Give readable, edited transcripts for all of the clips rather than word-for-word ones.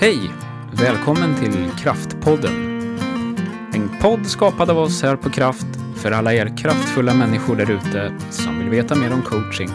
Hej! Välkommen till Kraftpodden. En podd skapad av oss här på Kraft för alla er kraftfulla människor där ute som vill veta mer om coaching.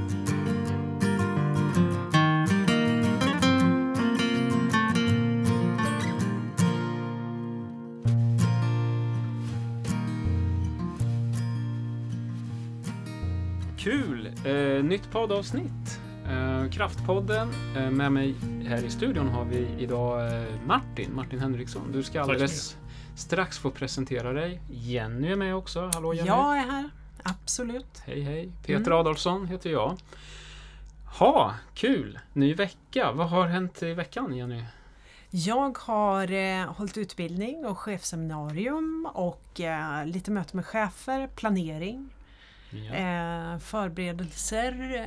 Kul! Nytt poddavsnitt. Kraftpodden. Med mig här i studion har vi idag Martin Henriksson. Du ska alldeles strax få presentera dig. Jenny är med också. Hallå Jenny. Jag är här, absolut. Hej. Peter Adolfsson heter jag. Kul! Ny vecka. Vad har hänt i veckan, Jenny? Jag har hållit utbildning och chefseminarium och lite möte med chefer, planering, förberedelser.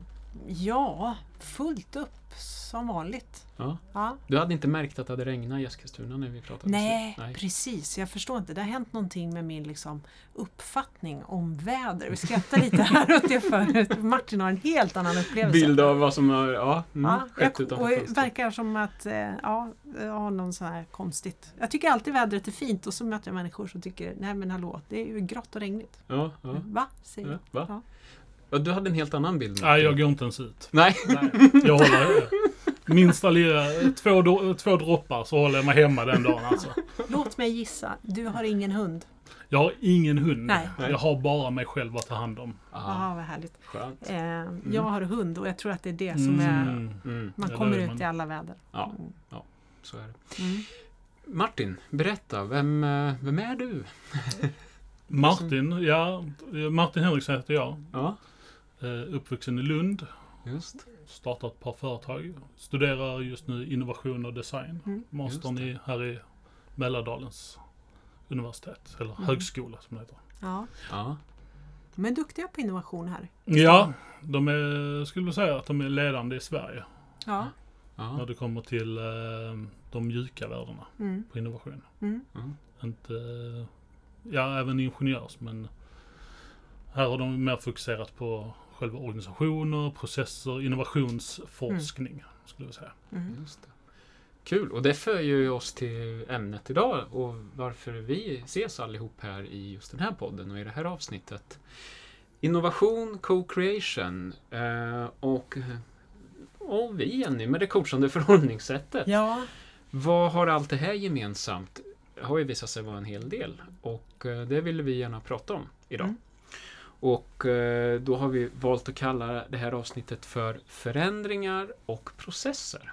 Fullt upp som vanligt. Ja. Du hade inte märkt att det hade regnat i Eskilstuna när vi pratade? Nej, precis. Jag förstår inte. Det har hänt någonting med min uppfattning om väder. Vi skrattar lite här åt det förut. Martin har en helt annan upplevelse. Bild av vad som har skett utanför och fönstret. Det verkar som att jag har någon så här konstigt. Jag tycker alltid vädret är fint och så möter jag människor som tycker, nej men hallå, det är ju grått och regnigt. Ja. Va? Säger jag. Va? Ja. Du hade en helt annan bild. Nej, jag går inte ens ut. Nej. Jag håller minsta lilla två droppar så håller jag mig hemma den dagen alltså. Låt mig gissa, du har ingen hund. Jag har ingen hund. Nej. Jag har bara mig själv att ta hand om. Ja, vad härligt. Skönt. Jag har hund och jag tror att det är det som är... Man kommer ut i alla väder. Ja, så är det. Mm. Martin, berätta, vem är du? Martin Henriksson heter jag. Ja, Uppvuxen i Lund. just. Startat ett par företag. Studerar just nu innovation och design. Mastern här i Mälardalens universitet. Eller högskola som det heter. Ja. De är duktiga på innovation här. Ja, skulle säga att de är ledande i Sverige. Ja. När det kommer till de mjuka värdena på innovation. Även ingenjörs, men här har de mer fokuserat på själva organisationer, processer, innovationsforskning skulle jag säga. Just det. Kul, och det för ju oss till ämnet idag och varför vi ses allihop här i just den här podden och i det här avsnittet. Innovation, co-creation och vi Jenny med det coachande förhållningssättet. Ja. Vad har allt det här gemensamt? Det har ju visat sig vara en hel del och det vill vi gärna prata om idag. Och då har vi valt att kalla det här avsnittet för förändringar och processer.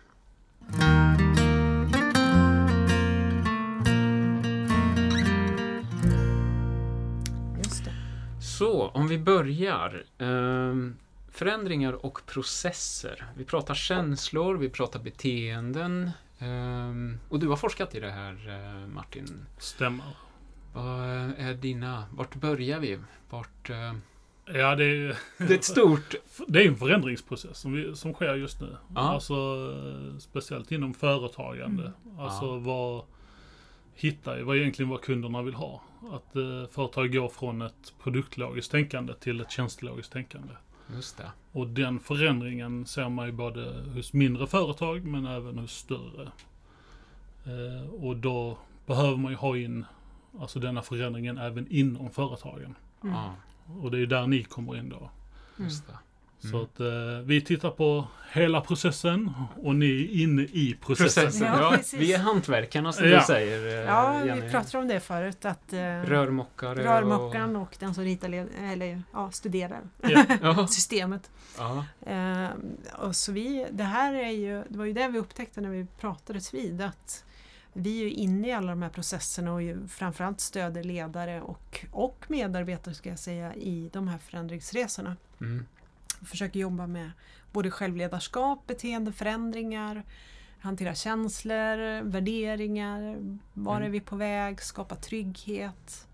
Just det. Så, om vi börjar. Förändringar och processer. Vi pratar känslor, vi pratar beteenden. Och du har forskat i det här, Martin. Stämmer. Vad är vart börjar vi? Ja, det är ett stort... Det är en förändringsprocess som sker just nu. Ja. Alltså speciellt inom företagande. Alltså vad egentligen vad kunderna vill ha. Att företag går från ett produktlogiskt tänkande till ett tjänstelogiskt tänkande. Just det. Och den förändringen ser man ju både hos mindre företag men även hos större. Och då behöver man ju ha in denna förändringen även inom företagen. Och det är där ni kommer in då. Just det. Så att vi tittar på hela processen och ni är inne i processen. Ja, vi är hantverkarna som du säger. Vi Jenny. pratade om det förut. Att, Rörmokaren och den som ritar studerar systemet. Ja. Och så det var ju det vi upptäckte när vi pratades vid, att vi är ju inne i alla de här processerna och ju framförallt stöder ledare och medarbetare ska jag säga i de här förändringsresorna. Försöker jobba med både självledarskap, beteendeförändringar, hantera känslor, värderingar, var är vi på väg, skapa trygghet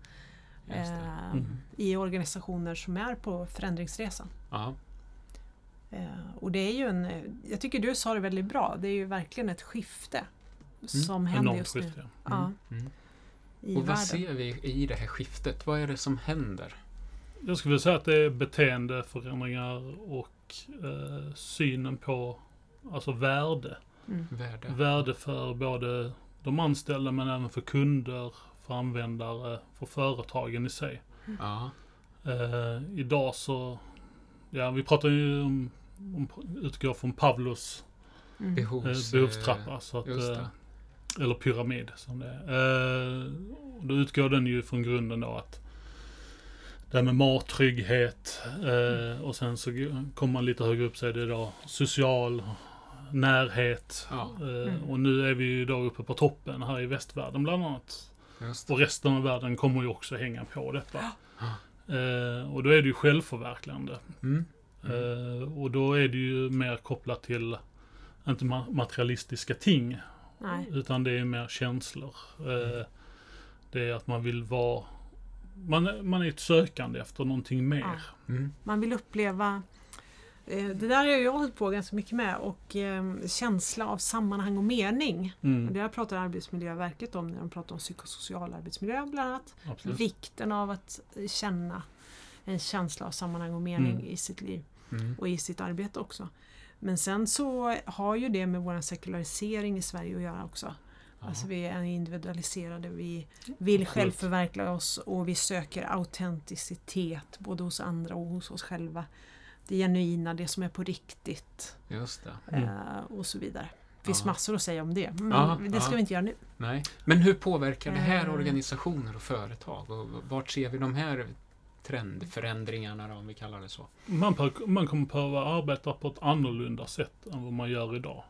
i organisationer som är på förändringsresan. Och det är ju jag tycker du sa det väldigt bra, det är ju verkligen ett skifte som händer just nu. I och vad världen. ser vi i det här skiftet? Vad är det som händer? Jag skulle säga att det är beteendeförändringar och synen på värde. värde för både de anställda men även för kunder, för användare, för företagen i sig. Ja. Idag så, vi pratar ju om utgår från Pavlos behovstrappa, så att, eller pyramid som det är. Då utgår den ju från grunden då att det här med mattrygghet och sen så kommer man lite högre upp, så är det då social närhet. Och nu är vi ju då uppe på toppen här i västvärlden bland annat. Och resten av världen kommer ju också hänga på detta. Och då är det ju självförverkligande. Och då är det ju mer kopplat till inte materialistiska ting. Nej. Utan det är mer känslor. Det är att man vill vara... Man är ett sökande efter någonting mer. Man vill uppleva... Det där har jag hållit på ganska mycket med. Och känsla av sammanhang och mening. Och det här pratar Arbetsmiljöverket om när de pratar om psykosocial arbetsmiljö bland annat. Absolut. Vikten av att känna en känsla av sammanhang och mening i sitt liv. Och i sitt arbete också. Men sen så har ju det med vår sekularisering i Sverige att göra också. Alltså vi är individualiserade, vi vill självförverkliga oss och vi söker autenticitet både hos andra och hos oss själva. Det genuina, det som är på riktigt. Just det. Och så vidare. Det finns massor att säga om det, men det ska vi inte göra nu. Nej. Men hur påverkar det här organisationer och företag? Och vart ser vi de här trendförändringarna då, om vi kallar det så? Man kommer behöva arbeta på ett annorlunda sätt än vad man gör idag.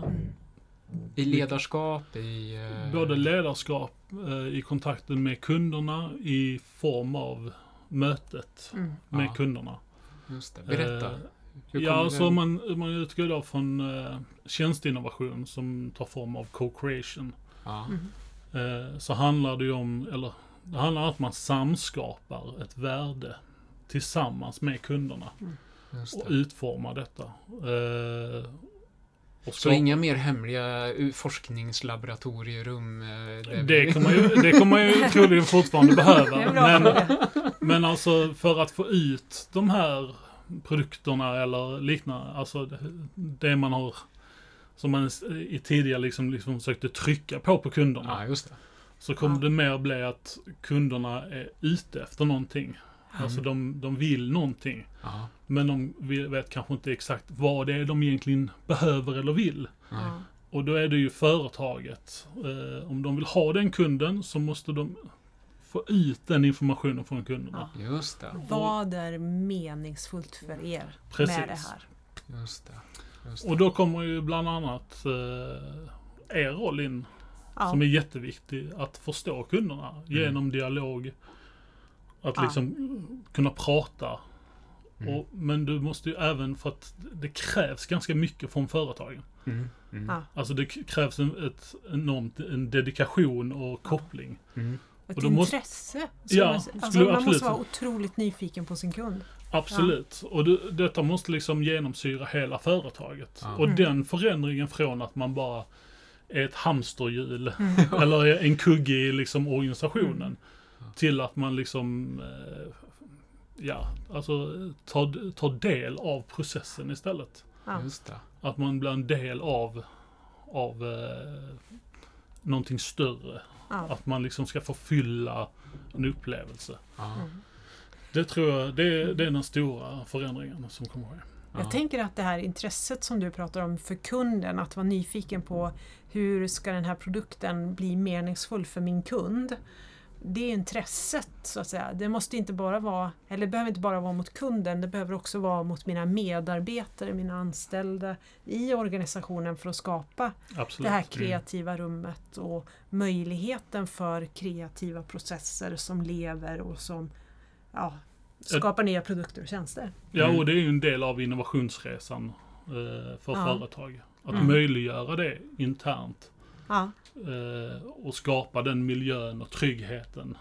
I ledarskap, både ledarskap, i kontakten med kunderna, i form av mötet med kunderna. Just det. Berätta. Så man utgår då från tjänsteinnovation som tar form av co-creation. Så handlar det ju om, det handlar om att man samskapar ett värde tillsammans med kunderna och utformar detta. Så inga mer hemliga forskningslaboratorierum? Det kommer man ju troligen fortfarande behöva. Men alltså för att få ut de här produkterna eller liknande, alltså det man har, som man i tidigare liksom försökte trycka på kunderna. Just det. Så kommer det mer bli att kunderna är ute efter någonting. Alltså de vill någonting. Men de vet kanske inte exakt vad det är de egentligen behöver eller vill. Och då är det ju företaget. Om de vill ha den kunden så måste de få ut den informationen från kunderna. Just det. Vad är meningsfullt för er med det här? Just det. Och då kommer ju bland annat er roll in. Som är jätteviktig, att förstå kunderna genom dialog. Att liksom kunna prata. Men du måste ju även, för att det krävs ganska mycket från företagen. Alltså det krävs en dedikation och koppling. Ett intresse. Man måste vara otroligt nyfiken på sin kund. Absolut. Och detta måste liksom genomsyra hela företaget. Och den förändringen från att man bara är ett hamsterhjul eller en kugge i liksom organisationen till att man liksom tar del av processen istället. Just det. Att man blir en del av någonting större. Att man liksom ska förfylla en upplevelse. Det tror jag, det är den stora förändringen som kommer att ske. Jag tänker att det här intresset som du pratar om för kunden, att vara nyfiken på hur ska den här produkten bli meningsfull för min kund. Det är intresset så att säga. Det måste inte bara vara, eller behöver inte bara vara mot kunden, det behöver också vara mot mina medarbetare, mina anställda i organisationen för att skapa det här kreativa rummet och möjligheten för kreativa processer som lever och som skapar nya produkter och tjänster. Ja, och det är ju en del av innovationsresan för företag. Att möjliggöra det internt. Och skapa den miljön och tryggheten.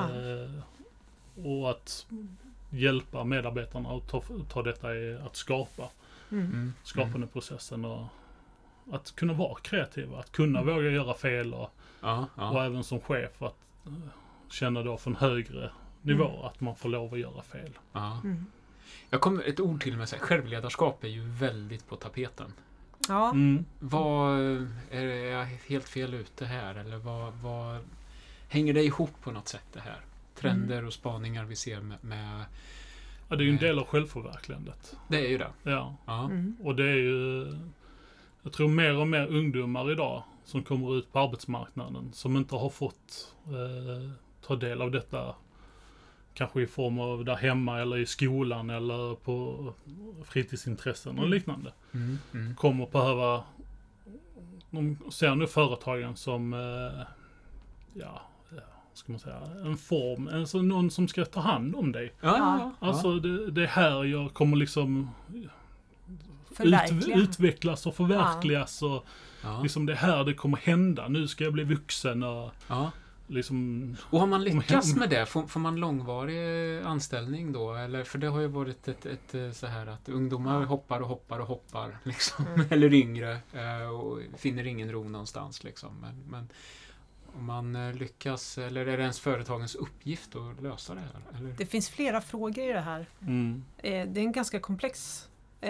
Och att hjälpa medarbetarna att ta detta att skapa. Skapande processen och att kunna vara kreativa. Att kunna våga göra fel och även som chef att känna då från högre nivå att man får lov att göra fel. Jag kommer ett ord till med sig. Självledarskap är ju väldigt på tapeten. Ja. Vad är jag helt fel ute här? Eller vad hänger det ihop på något sätt det här? Trender och spaningar vi ser med Ja, det är ju en del av självförverkligandet. det är ju det. Ja. Ja. Och det är ju, jag tror mer och mer ungdomar idag som kommer ut på arbetsmarknaden som inte har fått ta del av detta. Kanske i form av där hemma eller i skolan eller på fritidsintressen och liknande. Kommer behöva, de ser nu företagen som, ska man säga, en form, alltså någon som ska ta hand om dig. Alltså det är här jag kommer liksom utvecklas och förverkligas och liksom det är här det kommer hända. Nu ska jag bli vuxen och liksom... Och har man lyckats med det, får man långvarig anställning då? Eller, för det har ju varit ett så här att ungdomar hoppar liksom, eller yngre och finner ingen ro någonstans liksom. Men om man lyckas, eller är det ens företagens uppgift att lösa det här? Eller? Det finns flera frågor i det här. Det är en ganska komplex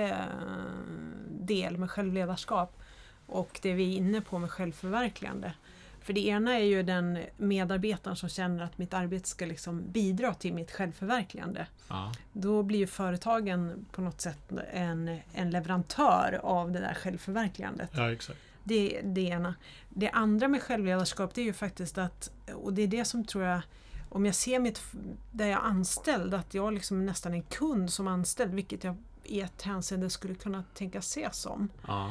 del med självledarskap och det vi är inne på med självförverkligande. För det ena är ju den medarbetaren som känner att mitt arbete ska liksom bidra till mitt självförverkligande. Då blir ju företagen på något sätt en leverantör av det där självförverkligandet. Ja, exakt. Det är det ena. Det andra med självledarskap, det är ju faktiskt att, och det är det som tror jag, om jag ser där jag är anställd, att jag liksom nästan är en kund som anställd, vilket jag i ett hänseende skulle kunna tänka se som.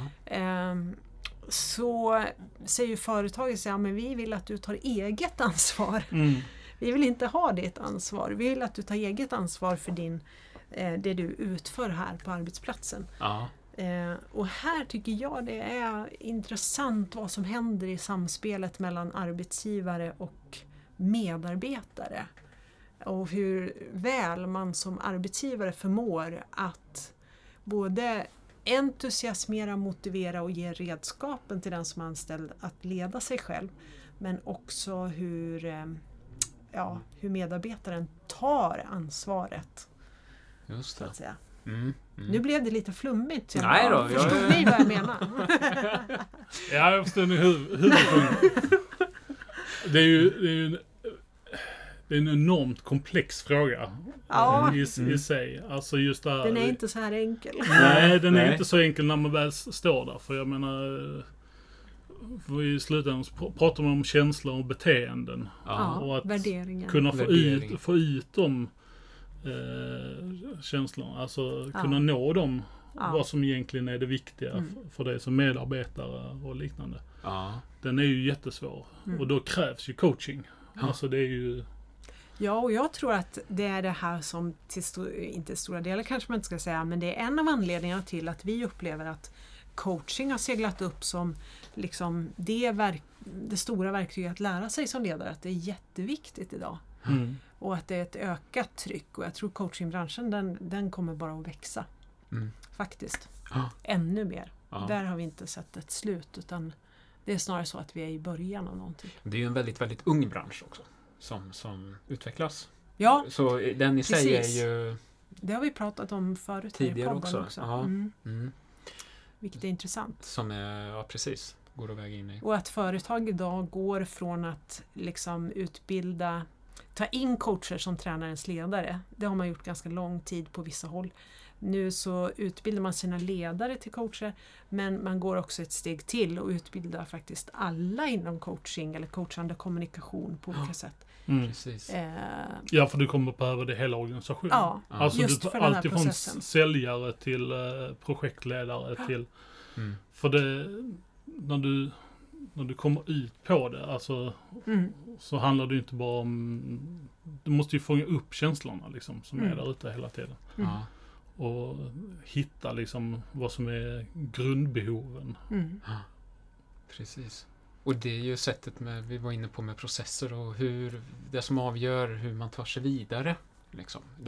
Så säger ju företaget så här, men vi vill att du tar eget ansvar. Vi vill inte ha ditt ansvar. Vi vill att du tar eget ansvar för det du utför här på arbetsplatsen. Och här tycker jag det är intressant vad som händer i samspelet mellan arbetsgivare och medarbetare. Och hur väl man som arbetsgivare förmår att både entusiasmera, motivera och ge redskapen till den som är anställd att leda sig själv. Men också hur medarbetaren tar ansvaret. Just det. Så att säga. Nu blev det lite flummigt. Förstod ni vad jag menar? Ja, jag förstår nu huvudpunkten. Det är ju en enormt komplex fråga i sig. Alltså just där, den är inte så här enkel. Nej, den är inte så enkel när man väl står där. För jag menar, för i slutändan pratar man om känslor och beteenden. Och att värderingen. Kunna få ut de känslorna. Alltså kunna nå dem. Vad som egentligen är det viktiga för dig som medarbetare och liknande. Den är ju jättesvår. Och då krävs ju coaching. Alltså det är ju... Ja, och jag tror att det är det här som inte stora delar kanske man inte ska säga, men det är en av anledningarna till att vi upplever att coaching har seglat upp som liksom det stora verktyget att lära sig som ledare, att det är jätteviktigt idag. Och att det är ett ökat tryck, och jag tror coachingbranschen den kommer bara att växa. Faktiskt. Ännu mer. Där har vi inte sett ett slut, utan det är snarare så att vi är i början av någonting. Det är ju en väldigt, väldigt ung bransch också. Som utvecklas. Ja, så den i sig är ju... Det har vi pratat om förut tidigare också. Vilket är intressant. Som är, precis, går att väga in i. Och att företag idag går från att liksom ta in coacher som tränarens ledare. Det har man gjort ganska lång tid på vissa håll. Nu så utbildar man sina ledare till coacher, men man går också ett steg till och utbildar faktiskt alla inom coaching eller coachande kommunikation på olika sätt. Precis. Ja, för du kommer behöva det hela organisationen. Ja, alltså just du för den här alltid från processen. säljare till projektledare till... För det, när du kommer ut på det, alltså, så handlar det ju inte bara om... Du måste ju fånga upp känslorna liksom, som är där ute hela tiden. Och hitta liksom vad som är grundbehoven. Precis. Och det är ju sättet vi var inne på med processer och det som avgör hur man tar sig vidare. Liksom. Det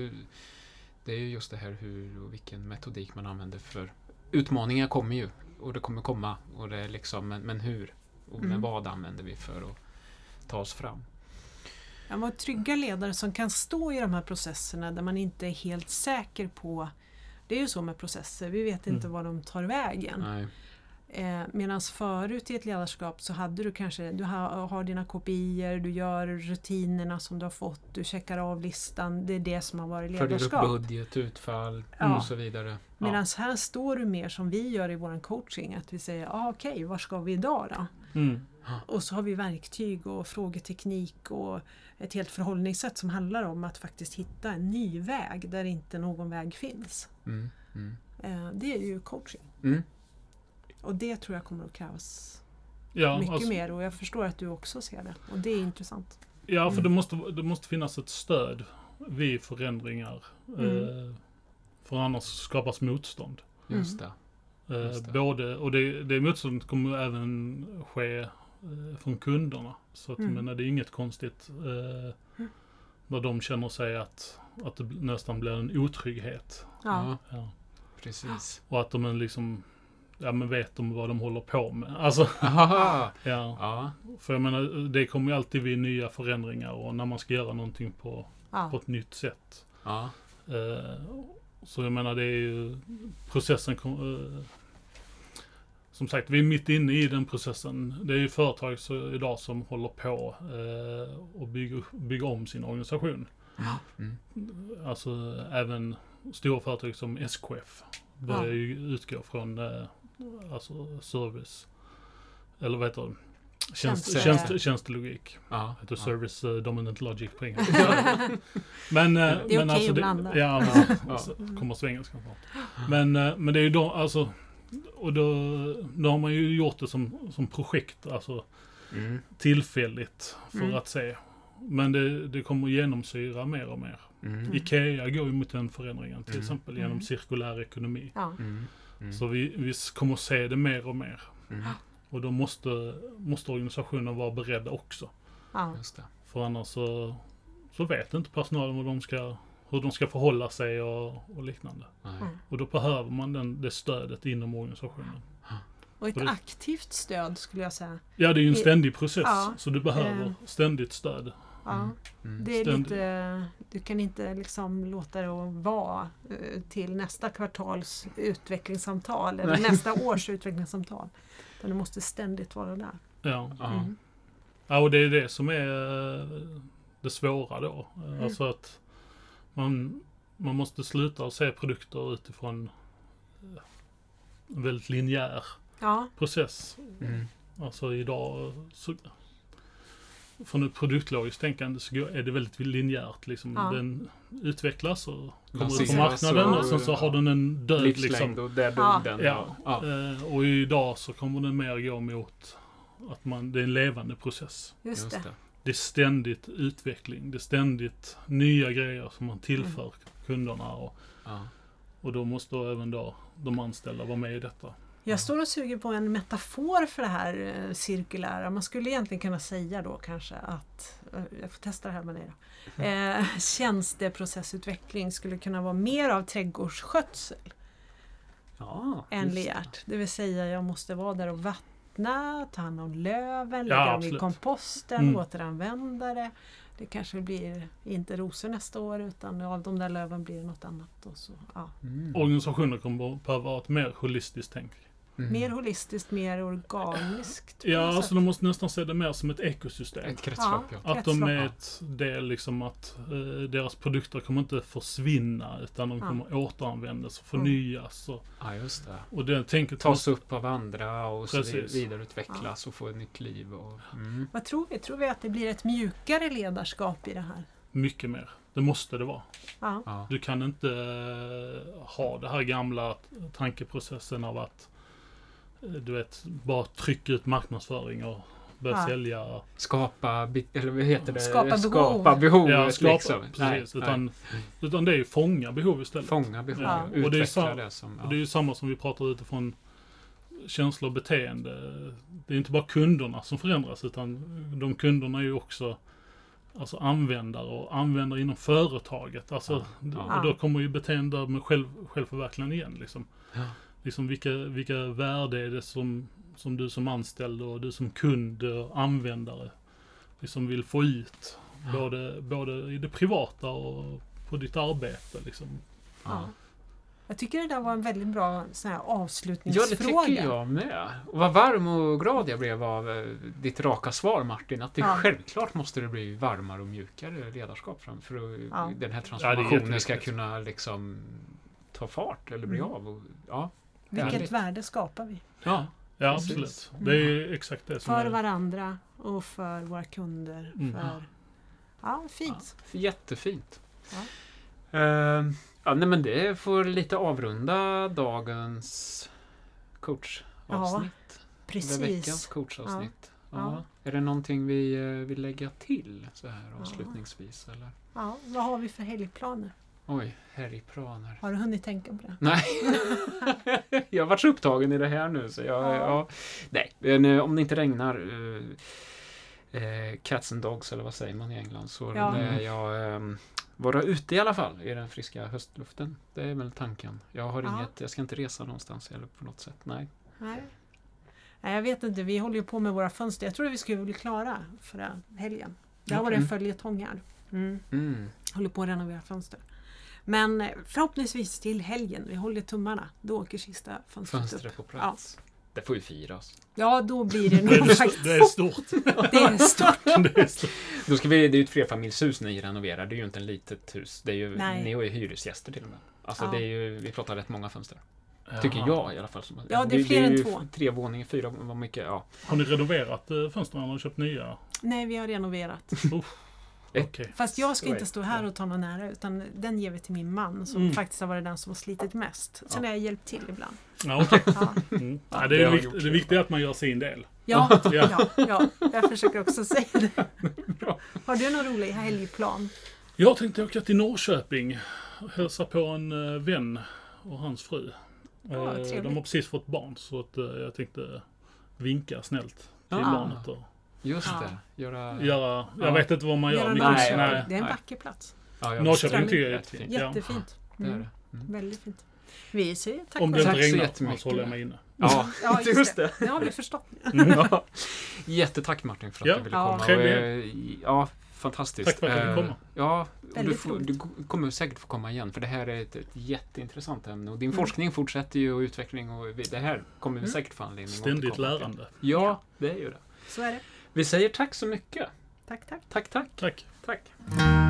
är ju just det här hur och vilken metodik man använder, för utmaningar kommer ju och det kommer komma, och det är liksom, men hur och med vad använder vi för att ta oss fram. Man var trygga ledare som kan stå i de här processerna där man inte är helt säker på Det är ju så med processer, vi vet inte var de tar vägen. Nej. Medan förut i ett ledarskap så hade du kanske, du har dina kopior, du gör rutinerna som du har fått, du checkar av listan, det är det som har varit ledarskap. Följer upp budget, utfall och så vidare. Medan här står du mer som vi gör i vår coaching, att vi säger, okej, var ska vi idag då? Och så har vi verktyg och frågeteknik och ett helt förhållningssätt som handlar om att faktiskt hitta en ny väg där inte någon väg finns. Det är ju coaching. Och det tror jag kommer att krävas mycket mer, och jag förstår att du också ser det, och det är intressant. Ja, för det måste finnas ett stöd vid förändringar, för annars skapas motstånd. Just det. Och det motståndet kommer även ske från kunderna. Så att, men det är inget konstigt när de känner sig att det nästan blir en otrygghet. Ja. Precis. Och att de liksom, men vet de vad de håller på med. Alltså, För jag menar, det kommer ju alltid vid nya förändringar och när man ska göra någonting på ett nytt sätt. Så jag menar, det är ju processen. Som sagt, vi är mitt inne i den processen. Det är ju företag idag som håller på och bygger om sin organisation. Alltså även stora företag som SKF börjar ju utgå från alltså service, eller vad heter det? Tjänstelogik. Heter service dominant logic på engelska. Men det är okej alltså att blanda. Kommer svengelskan snart. Men det är ju då, alltså, och då har man ju gjort det som projekt, alltså tillfälligt för att se. Men det kommer genomsyra mer och mer. IKEA går ju mot den förändringen, till exempel genom cirkulär ekonomi. Så vi kommer att se det mer och mer. Och då måste organisationen vara beredda också. Just det. För annars så vet inte personalen hur de ska förhålla sig och liknande. Och då behöver man det stödet inom organisationen. Och ett aktivt stöd, skulle jag säga. Ja, det är ju en ständig process, så du behöver ständigt stöd. Det är lite, du kan inte liksom låta det vara till nästa kvartals utvecklingssamtal eller nästa års utvecklingssamtal. Men det måste ständigt vara där. Ja, och det är det som är det svåra då. Alltså att man måste sluta se produkter utifrån en väldigt linjär process. Alltså idag från ett produktlogiskt tänkande så är det väldigt linjärt. Liksom. Den utvecklas och kommer ut på marknaden och sen så har den en död livslängd och det är döden. Och idag så kommer den mer gå mot att det är en levande process. Just det. Det är ständigt utveckling. Det är ständigt nya grejer som man tillför kunderna. Och då måste även då de anställda vara med i detta. Jag står och suger på en metafor för det här cirkulära. Man skulle egentligen kunna säga då kanske att, jag får testa det här med dig då. Tjänsteprocessutveckling skulle kunna vara mer av trädgårdsskötsel än linjärt. Det vill säga jag måste vara där och vattna, ta hand om löven, lägga dem i komposten, återanvända det. Det kanske blir inte rosor nästa år, utan av de där löven blir det något annat. Och så, Organisationer kommer att behöva ha ett mer holistiskt tänk. Mer holistiskt, mer organiskt. Alltså de måste nästan se det mer som ett ekosystem. Ett kretslopp, Att de är ett del, liksom att deras produkter kommer inte försvinna, utan de kommer återanvändas och förnyas. Just det. Och det tänket tas upp av andra och så vidareutvecklas och få ett nytt liv. Vad tror vi? Tror vi att det blir ett mjukare ledarskap i det här? Mycket mer. Det måste det vara. Du kan inte ha det här gamla tankeprocessen av att du vet, bara trycka ut marknadsföring och börja sälja. Skapa behov. Liksom. Precis. Utan det är ju fånga behov istället. Fånga behov, och det är ju samma som vi pratar utifrån känslor och beteende. Det är inte bara kunderna som förändras, utan de kunderna är ju också alltså användare och användare inom företaget. Alltså, och då kommer ju beteende med självförverkligande igen. Liksom vilka värde är det som du som anställd och du som kund och användare liksom vill få ut. Både i det privata och på ditt arbete. Liksom. Jag tycker det där var en väldigt bra sån här Ja, avslutningsfråga. det tycker jag med. Och vad varm och glad jag blev av ditt raka svar, Martin. Att det självklart måste det bli varmare och mjukare ledarskap för att den här transformationen ska kunna liksom ta fart eller bli av. Och, ja, vilket värde skapar vi? Ja, absolut. Det är exakt det som för varandra och för våra kunder. Fint. Ja, jättefint. Ja. Nej, men det får lite avrunda dagens coachavsnitt. Precis. Veckans coachavsnitt. Ja. Är det någonting vi vill lägga till så här avslutningsvis? Eller? Ja, vad har vi för helgplaner? Oj, helgplaner. Har du hunnit tänka på det? Nej, jag har varit så upptagen i det här nu. Så nej, om det inte regnar cats and dogs, eller vad säger man i England, så lär jag vara ute i alla fall i den friska höstluften. Det är väl tanken. Jag har jag ska inte resa någonstans eller på något sätt. Nej, jag vet inte. Vi håller ju på med våra fönster. Jag tror att vi skulle bli klara förra helgen. Det har varit en följetong här. Håller på att renovera fönster. Men förhoppningsvis till helgen. Vi håller tummarna. Då åker sista fönstret upp. På plats. Ja. Det får ju firas. Ja, då blir det nog faktiskt. Det är stort. Det är stort. Då ska det är ju ett flerfamiljshus ni renoverar. Det är ju inte en litet hus. Det är ju, ni är ju hyresgäster till och med. Alltså det är ju, vi pratar rätt många fönster. Tycker jag i alla fall. Ja, det är fler än 2. 3 våningar, 4, vad mycket, Har ni renoverat fönstren och köpt nya? Nej, vi har renoverat. Okay. Fast jag ska inte stå här och ta någon nära, utan den ger vi till min man som faktiskt har varit den som har slitit mest. Sen har jag hjälpt till ibland. Det är viktigt att man gör sin del. Ja, jag försöker också säga det. Har du någon rolig helgplan? Jag tänkte åka till Norrköping och hälsa på en vän och hans fru. De har precis fått barn, så att jag tänkte vinka snällt till barnet. Just det. Jag vet inte vad man gör. Nej. Det är en vacker plats. Norrköping tycker jag är jättefint. Jättefint. Det är det. Väldigt fint. Vi säger tack. Om det inte regnar så håller jag mig inne. Ja, just det. Det har vi förstått. Jättetack Martin för att du ville komma. Trevligt. Fantastiskt. Tack för att du kom. Ja, du kommer säkert få komma igen, för det här är ett jätteintressant ämne och din forskning fortsätter ju och utveckling och det här kommer vi säkert få anledning att ständigt lärande. Ja, det är ju det. Så är det. Vi säger tack så mycket. Tack. Tack.